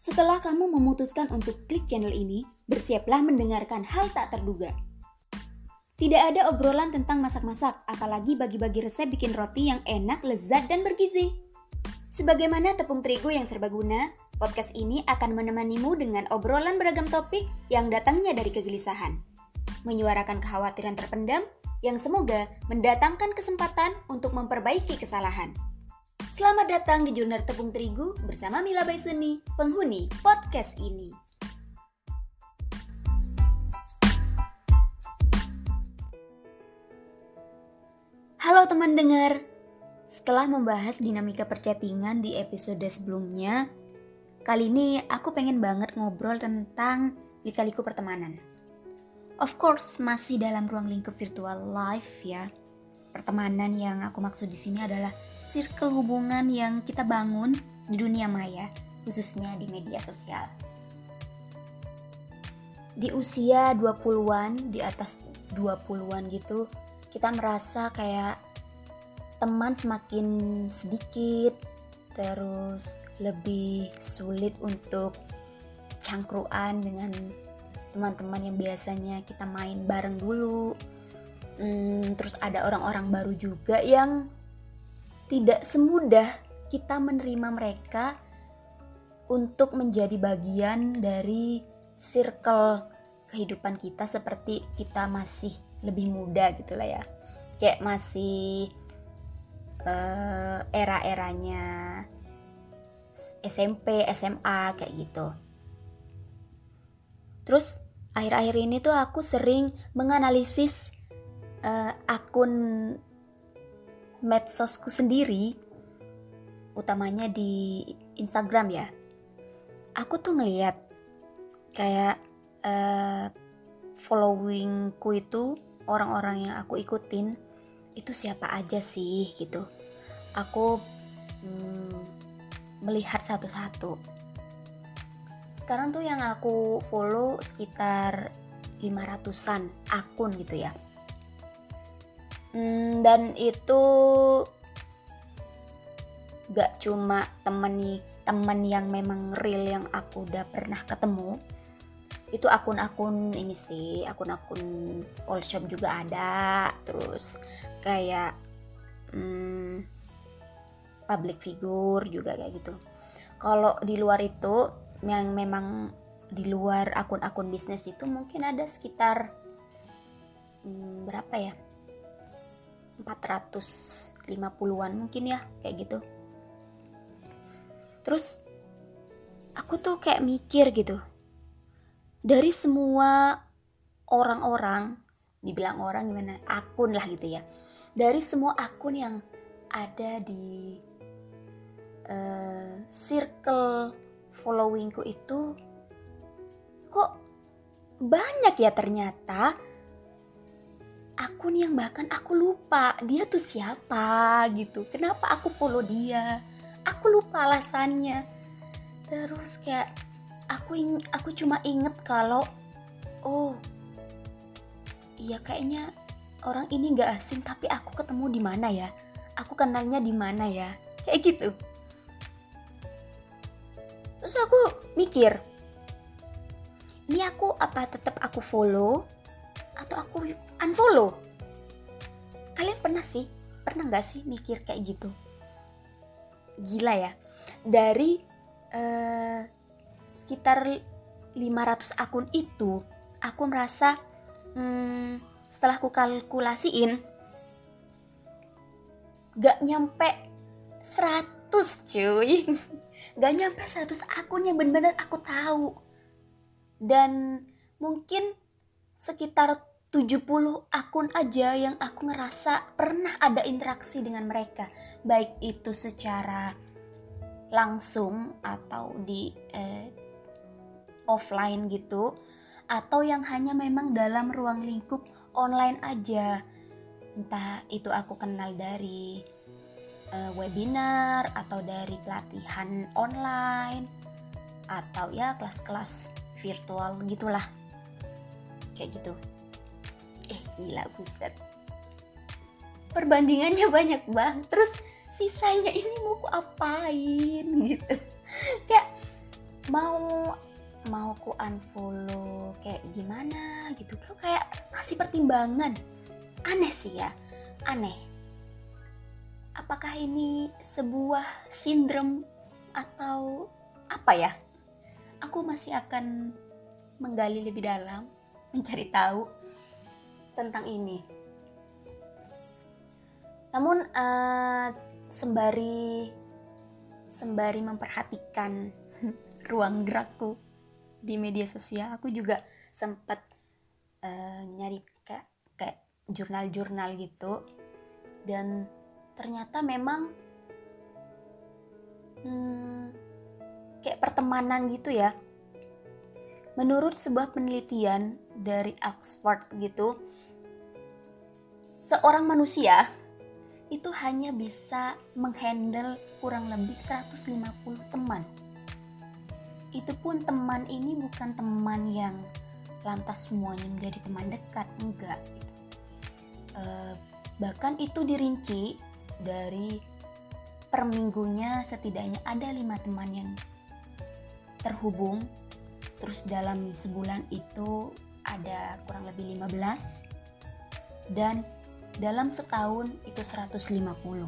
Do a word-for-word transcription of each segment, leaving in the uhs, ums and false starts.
Setelah kamu memutuskan untuk klik channel ini, bersiaplah mendengarkan hal tak terduga. Tidak ada obrolan tentang masak-masak, apalagi bagi-bagi resep bikin roti yang enak, lezat, dan bergizi. Sebagaimana tepung terigu yang serbaguna, podcast ini akan menemanimu dengan obrolan beragam topik yang datangnya dari kegelisahan. Menyuarakan kekhawatiran terpendam yang semoga mendatangkan kesempatan untuk memperbaiki kesalahan. Selamat datang di Jurnal Tepung Terigu bersama Mila Baisuni, penghuni podcast ini. Halo teman dengar, setelah membahas dinamika perchattingan di episode sebelumnya, kali ini aku pengen banget ngobrol tentang lika-liku pertemanan. Of course, masih dalam ruang lingkup virtual live ya. Pertemanan yang aku maksud di sini adalah circle hubungan yang kita bangun di dunia maya, khususnya di media sosial. Di usia dua puluhan, di atas dua puluhan gitu, kita merasa kayak teman semakin sedikit, terus lebih sulit untuk cangkruan dengan teman-teman yang biasanya kita main bareng dulu. Hmm, terus ada orang-orang baru juga yang tidak semudah kita menerima mereka untuk menjadi bagian dari circle kehidupan kita seperti kita masih lebih muda gitu lah ya. Kayak masih uh, era-eranya S M P, S M A kayak gitu. Terus akhir-akhir ini tuh aku sering menganalisis uh, akun medsosku sendiri, utamanya di Instagram ya. Aku tuh ngeliat kayak uh, followingku itu, orang-orang yang aku ikutin itu siapa aja sih gitu. Aku hmm, melihat satu-satu. Sekarang tuh yang aku follow sekitar lima ratusan akun gitu ya. Hmm, dan itu gak cuma temen nih, temen yang memang real yang aku udah pernah ketemu. Itu akun-akun ini sih, akun-akun all shop juga ada. Terus kayak hmm, public figure juga kayak gitu. Kalau di luar itu, yang memang di luar akun-akun bisnis itu mungkin ada sekitar hmm, berapa ya? empat ratus lima puluhan mungkin ya, kayak gitu. Terus aku tuh kayak mikir gitu, dari semua orang-orang, dibilang orang gimana, akun lah gitu ya, dari semua akun yang ada di uh, circle followingku itu, kok banyak ya ternyata akun yang bahkan aku lupa dia tuh siapa gitu. Kenapa aku follow dia? Aku lupa alasannya. Terus kayak aku ing- aku cuma inget kalau oh iya kayaknya orang ini nggak asing, tapi aku ketemu di mana ya? Aku kenalnya di mana ya? Kayak gitu. Terus aku mikir, ini aku apa tetap aku follow atau aku unfollow? Kalian pernah sih, pernah gak sih mikir kayak gitu? Gila ya, dari uh, sekitar lima ratus akun itu, aku merasa hmm, setelah aku kalkulasiin gak nyampe seratus cuy. Gak nyampe seratus akun yang benar-benar aku tahu. Dan mungkin sekitar tujuh puluh akun aja yang aku ngerasa pernah ada interaksi dengan mereka, baik itu secara langsung atau di eh, offline gitu, atau yang hanya memang dalam ruang lingkup online aja. Entah itu aku kenal dari eh, webinar atau dari pelatihan online atau ya kelas-kelas virtual gitulah. Kayak gitu. Eh gila, buset. Perbandingannya banyak banget. Terus sisanya ini mau aku apain gitu. Kayak mau mau ku unfollow kayak gimana gitu, kok kayak masih pertimbangan. Aneh sih ya, aneh. Apakah ini sebuah sindrom atau apa ya? Aku masih akan menggali lebih dalam, mencari tahu tentang ini. Namun uh, sembari sembari memperhatikan ruang gerakku di media sosial, aku juga sempat uh, nyari kayak kayak jurnal-jurnal gitu, dan ternyata memang hmm, kayak pertemanan gitu ya. Menurut sebuah penelitian dari Oxford gitu, seorang manusia itu hanya bisa menghandle kurang lebih seratus lima puluh teman. Itu pun teman ini bukan teman yang lantas semuanya menjadi teman dekat, enggak gitu. E, bahkan itu dirinci dari per minggunya setidaknya ada lima teman yang terhubung. Terus dalam sebulan itu ada kurang lebih lima belas, dan dalam setahun itu seratus lima puluh.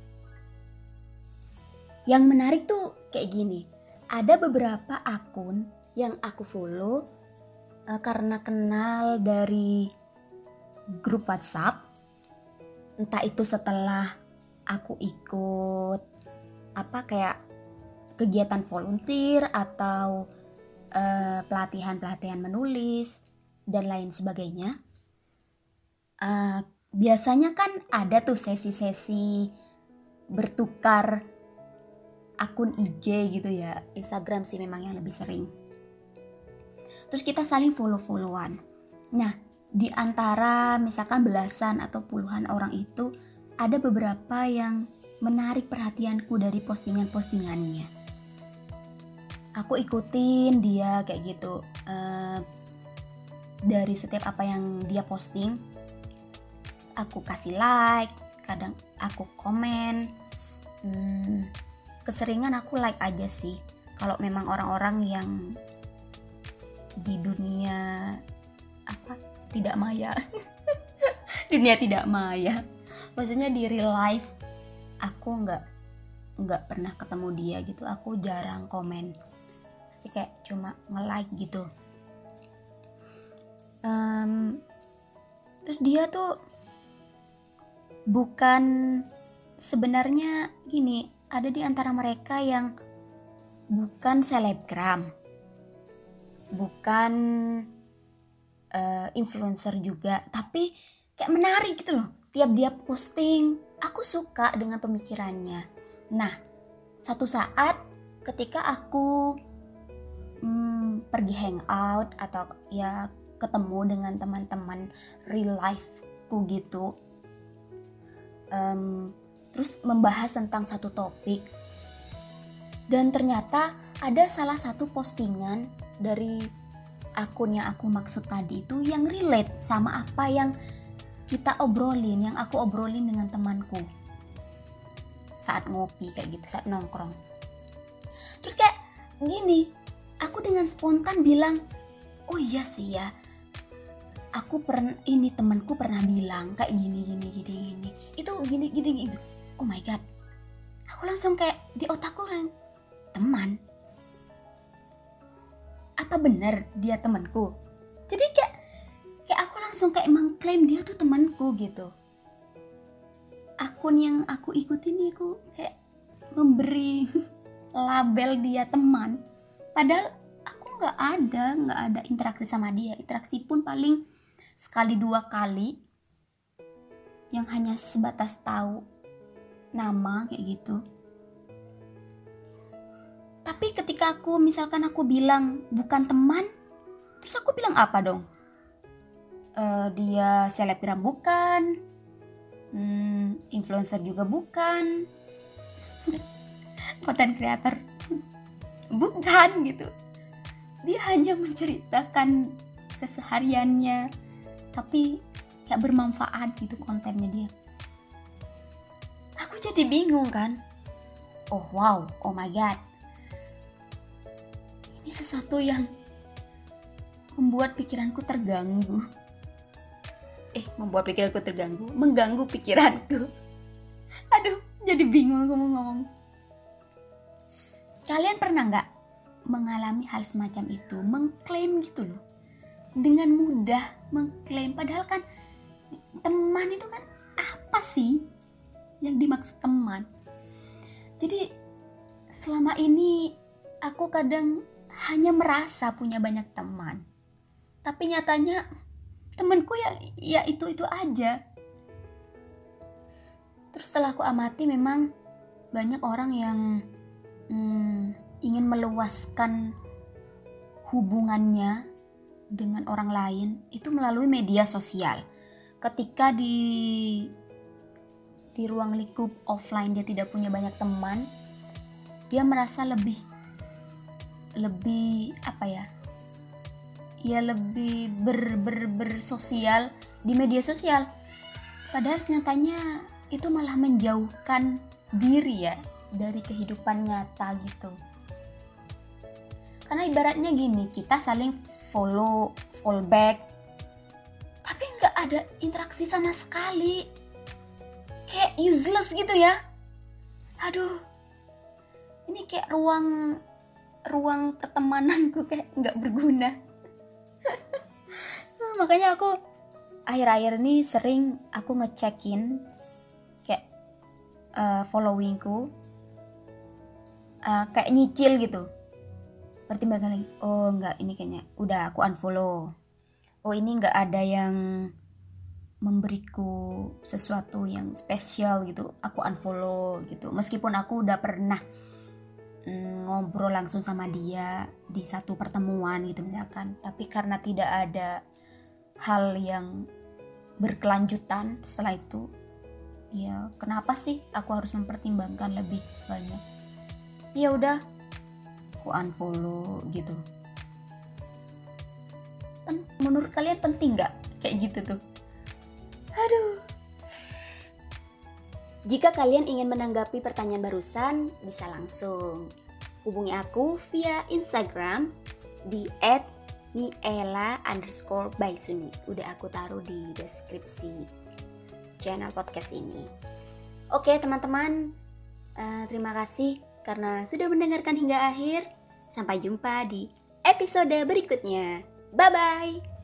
Yang menarik tuh kayak gini, ada beberapa akun yang aku follow uh, karena kenal dari grup WhatsApp. Entah itu setelah aku ikut apa kayak kegiatan volunteer atau uh, pelatihan-pelatihan menulis dan lain sebagainya. Uh, biasanya kan ada tuh sesi-sesi bertukar akun I G gitu ya. Instagram sih memang yang lebih sering. Terus kita saling follow-followan. Nah, di antara misalkan belasan atau puluhan orang itu ada beberapa yang menarik perhatianku dari postingan-postingannya. Aku ikutin dia kayak gitu. Uh, dari setiap apa yang dia posting, aku kasih like, kadang aku komen. Hmm, keseringan aku like aja sih. Kalau memang orang-orang yang di dunia apa tidak maya, dunia tidak maya. Maksudnya di real life aku nggak nggak pernah ketemu dia gitu. Aku jarang komen. Jadi kayak cuma nge-like gitu. Um, terus dia tuh bukan sebenarnya gini, ada di antara mereka yang bukan selebgram, bukan uh, influencer juga, tapi kayak menarik gitu loh. Tiap dia posting, aku suka dengan pemikirannya. Nah, suatu saat ketika aku hmm, pergi hangout atau ya ketemu dengan teman-teman real life-ku gitu, Um, terus membahas tentang satu topik, dan ternyata ada salah satu postingan dari akun yang aku maksud tadi itu yang relate sama apa yang kita obrolin, yang aku obrolin dengan temanku saat ngopi kayak gitu, saat nongkrong. Terus kayak gini, aku dengan spontan bilang, oh iya sih ya, aku pernah, ini temanku pernah bilang kayak gini gini gini gini itu gini gini gitu. Oh my god, aku langsung kayak di otakku kan, teman, apa benar dia temanku? Jadi kayak kayak aku langsung kayak mengklaim dia tuh temanku gitu. Akun yang aku ikutin aku kayak memberi label dia teman, padahal aku nggak ada nggak ada interaksi sama dia. Interaksi pun paling sekali dua kali yang hanya sebatas tahu nama kayak gitu. Tapi ketika aku misalkan aku bilang bukan teman, terus aku bilang apa dong? Uh, dia selebgram bukan, hmm, influencer juga bukan, content creator bukan gitu. Dia hanya menceritakan kesehariannya, tapi kayak bermanfaat gitu kontennya dia. Aku jadi bingung kan. Oh wow, oh my god. Ini sesuatu yang membuat pikiranku terganggu. Eh, membuat pikiranku terganggu, mengganggu pikiranku. Aduh, jadi bingung aku mau ngomong. Kalian pernah nggak mengalami hal semacam itu? Mengklaim gitu loh. Dengan mudah mengklaim. Padahal kan teman itu kan apa sih yang dimaksud teman? Jadi selama ini aku kadang hanya merasa punya banyak teman. Tapi nyatanya temanku ya ya itu-itu aja. Terus setelah aku amati memang banyak orang yang hmm, ingin meluaskan hubungannya dengan orang lain itu melalui media sosial. Ketika di di ruang lingkup offline dia tidak punya banyak teman, dia merasa lebih lebih apa ya? Ya lebih ber, ber, bersosial di media sosial. Padahal nyatanya itu malah menjauhkan diri ya dari kehidupan nyata gitu. Karena ibaratnya gini, kita saling follow, follow back, tapi nggak ada interaksi sama sekali. Kayak useless gitu ya. Aduh, ini kayak ruang ruang pertemananku kayak nggak berguna. Makanya aku akhir-akhir ini sering aku ngecekin kayak uh, followingku, uh, kayak nyicil gitu, pertimbangan lagi. Oh enggak, ini kayaknya udah aku unfollow. Oh ini nggak ada yang memberiku sesuatu yang spesial gitu, aku unfollow gitu. Meskipun aku udah pernah mm, ngobrol langsung sama dia di satu pertemuan gitu misalkan, tapi karena tidak ada hal yang berkelanjutan setelah itu, ya kenapa sih aku harus mempertimbangkan lebih banyak? Ya udah, aku unfollow gitu. Menurut kalian penting nggak kayak gitu tuh? Aduh. Jika kalian ingin menanggapi pertanyaan barusan, bisa langsung hubungi aku via Instagram di et miela underscore baisuni. Udah aku taruh di deskripsi channel podcast ini. Oke teman-teman, uh, terima kasih karena sudah mendengarkan hingga akhir. Sampai jumpa di episode berikutnya. Bye-bye.